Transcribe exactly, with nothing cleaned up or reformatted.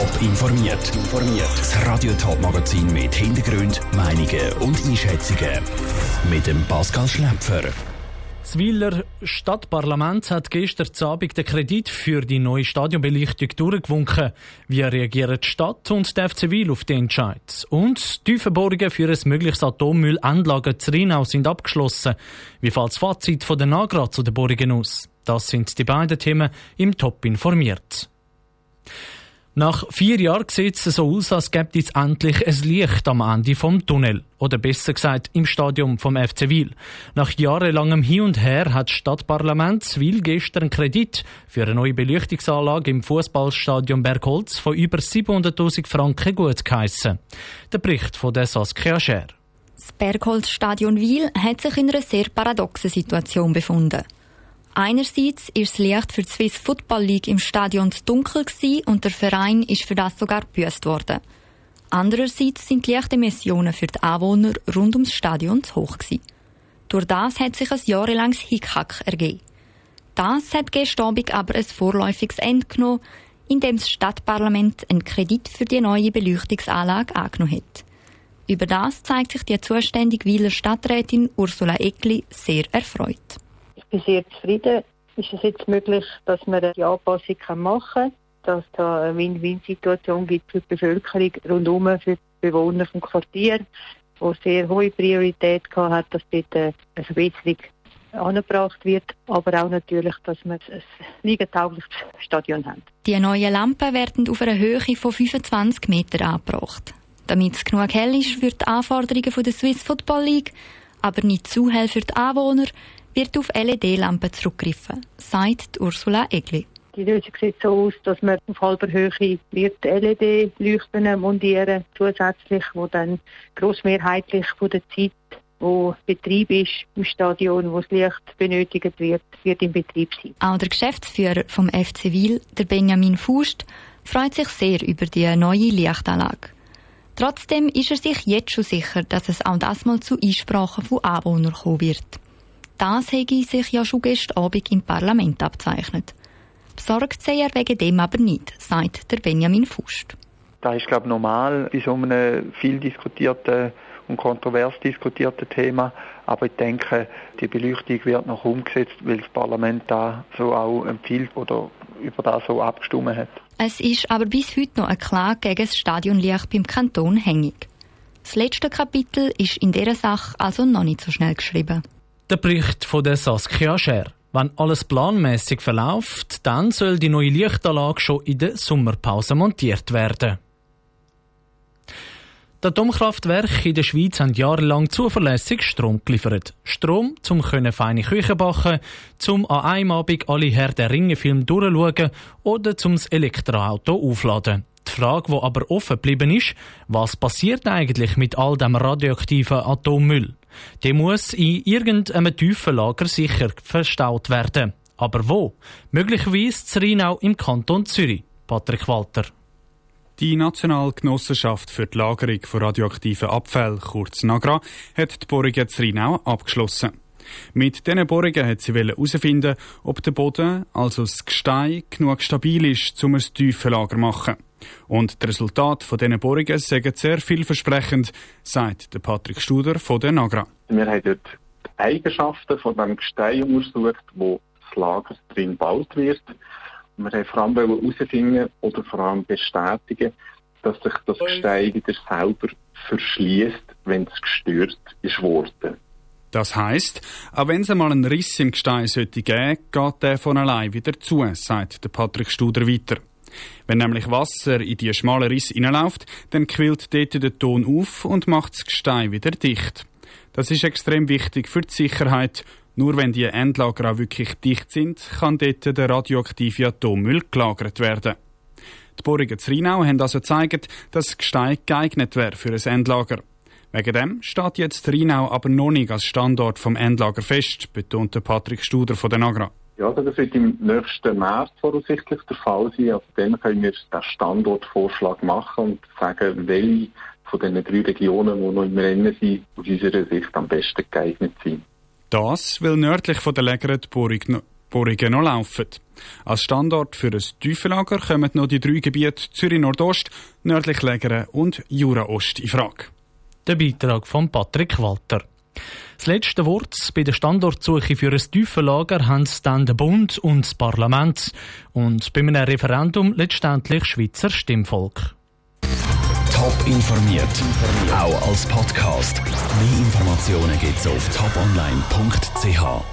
Top informiert. Informiert. Das Radio Top Magazin mit Hintergrund, Meinungen und Einschätzungen mit dem Pascal Schläpfer. Das Wiler Stadtparlament hat gestern Abend den Kredit für die neue Stadionbeleuchtung durchgewunken. Wie reagieren die Stadt und der F C Wil auf den Entscheid? Und die Verbohrungen für ein mögliches Atommüllendlager zu Rheinau sind abgeschlossen. Wie fällt das Fazit von der Nagra zu den Bohrungen aus? Das sind die beiden Themen im Top informiert. Nach vier Jahren sieht es so aus, als gäbe es endlich ein Licht am Ende vom Tunnel. Oder besser gesagt, im Stadion vom F C Wil. Nach jahrelangem Hin und Her hat das Stadtparlament Wil gestern einen Kredit für eine neue Beleuchtungsanlage im Fußballstadion Bergholz von über siebenhunderttausend Franken gutgeheissen. Der Bericht von der Saskia Scher. Das Bergholz-Stadion Wil hat sich in einer sehr paradoxen Situation befunden. Einerseits ist das Licht für die Swiss Football League im Stadion zu dunkel gewesen und der Verein ist für das sogar gebüßt worden. Andererseits sind die Lichtemissionen für die Anwohner rund ums Stadion zu hoch gewesen. Durch das hat sich ein jahrelanges Hickhack ergeben. Das hat gestern Abend aber ein vorläufiges Ende genommen, indem das Stadtparlament einen Kredit für die neue Beleuchtungsanlage angenommen hat. Über das zeigt sich die zuständige Wiler Stadträtin Ursula Egli sehr erfreut. Ich bin sehr zufrieden. Ist es jetzt möglich, dass man die Anpassung machen kann, dass es da eine Win-Win-Situation gibt für die Bevölkerung rundherum, für die Bewohner vom Quartier, wo sehr hohe Priorität hat, dass dort eine Verbesserung angebracht wird, aber auch natürlich, dass wir ein liegentaugliches Stadion haben. Die neuen Lampen werden auf einer Höhe von fünfundzwanzig Metern angebracht. Damit es genug hell ist für die Anforderungen der Swiss Football League, aber nicht zu hell für die Anwohner, wird auf L E D-Lampen zurückgegriffen, sagt Ursula Egli. Die Lösung sieht so aus, dass man auf halber Höhe wird L E D-Leuchten montieren zusätzlich, wo dann grossmehrheitlich von der Zeit, wo Betrieb ist im Stadion, wo das Licht benötigt wird, wird im Betrieb sein. Auch der Geschäftsführer vom F C Wil, der Benjamin Fust, freut sich sehr über die neue Lichtanlage. Trotzdem ist er sich jetzt schon sicher, dass es auch das mal zu Einsprachen von Anwohnern kommen wird. Das hätte sich ja schon gestern Abend im Parlament abzeichnet. Besorgt sei er wegen dem aber nicht, sagt der Benjamin Fust. Das ist, glaube ich, normal bei so einem viel diskutierten und kontrovers diskutierten Thema. Aber ich denke, die Beleuchtung wird noch umgesetzt, weil das Parlament da so auch empfiehlt oder über das so abgestimmt hat. Es ist aber bis heute noch eine Klage gegen das Stadionlicht beim Kanton hängig. Das letzte Kapitel ist in dieser Sache also noch nicht so schnell geschrieben. Der Bericht von der Saskia Scher. Wenn alles planmäßig verläuft, dann soll die neue Lichtanlage schon in der Sommerpause montiert werden. Die Atomkraftwerke in der Schweiz haben jahrelang zuverlässig Strom geliefert. Strom, um feine Küche backen, zum an einem Abend alle Herr der Ringe-Filme durchschauen oder zum das Elektroauto aufladen. Die Frage, die aber offen geblieben ist, was passiert eigentlich mit all dem radioaktiven Atommüll? Der muss in irgendeinem tiefen Lager sicher verstaut werden. Aber wo? Möglicherweise zu Rheinau im Kanton Zürich. Patrick Walter. Die Nationale Genossenschaft für die Lagerung von radioaktiven Abfällen, kurz NAGRA, hat die Bohrungen zu Rheinau abgeschlossen. Mit diesen Bohrungen hat sie herausfinden, ob der Boden, also das Gestein, genug stabil ist, um ein tiefes Lager zu machen. Und das Resultat von diesen Bohrungen sind sehr vielversprechend, sagt der Patrick Studer von der NAGRA. Wir haben dort die Eigenschaften von dem Gestein untersucht, wo das Lager drin gebaut wird. Wir haben vor allem herausfinden oder vor allem bestätigen, dass sich das Gestein wieder selber verschließt, wenn es gestört ist worden. Das heisst, auch wenn es einmal einen Riss im Gestein sollte geben, geht der von allein wieder zu, sagt der Patrick Studer weiter. Wenn nämlich Wasser in die schmalen Riss hineinläuft, dann quillt dort der Ton auf und macht das Gestein wieder dicht. Das ist extrem wichtig für die Sicherheit. Nur wenn die Endlager auch wirklich dicht sind, kann dort der radioaktive Atommüll gelagert werden. Die Bohrungen zu Rheinau haben also gezeigt, dass das Gestein geeignet wäre für ein Endlager. Wegen dem steht jetzt Rheinau aber noch nicht als Standort vom Endlager fest, betont Patrick Studer von der NAGRA. Ja, das wird im nächsten März voraussichtlich der Fall sein. Also dann können wir den Standortvorschlag machen und sagen, welche von den drei Regionen, die noch im Rennen sind, aus unserer Sicht am besten geeignet sind. Das, weil nördlich von der Lägere die Bohrung Bohrungen noch laufen. Als Standort für ein Tiefenlager kommen noch die drei Gebiete Zürich Nordost, nördlich Lägere und Jura Ost in Frage. Der Beitrag von Patrick Walter. Das letzte Wort bei der Standortsuche für ein Tiefenlager haben dann der Bund und das Parlament. Und bei einem Referendum letztendlich das Schweizer Stimmvolk. Top informiert, auch als Podcast. Mehr Informationen gibt's auf top online punkt c h.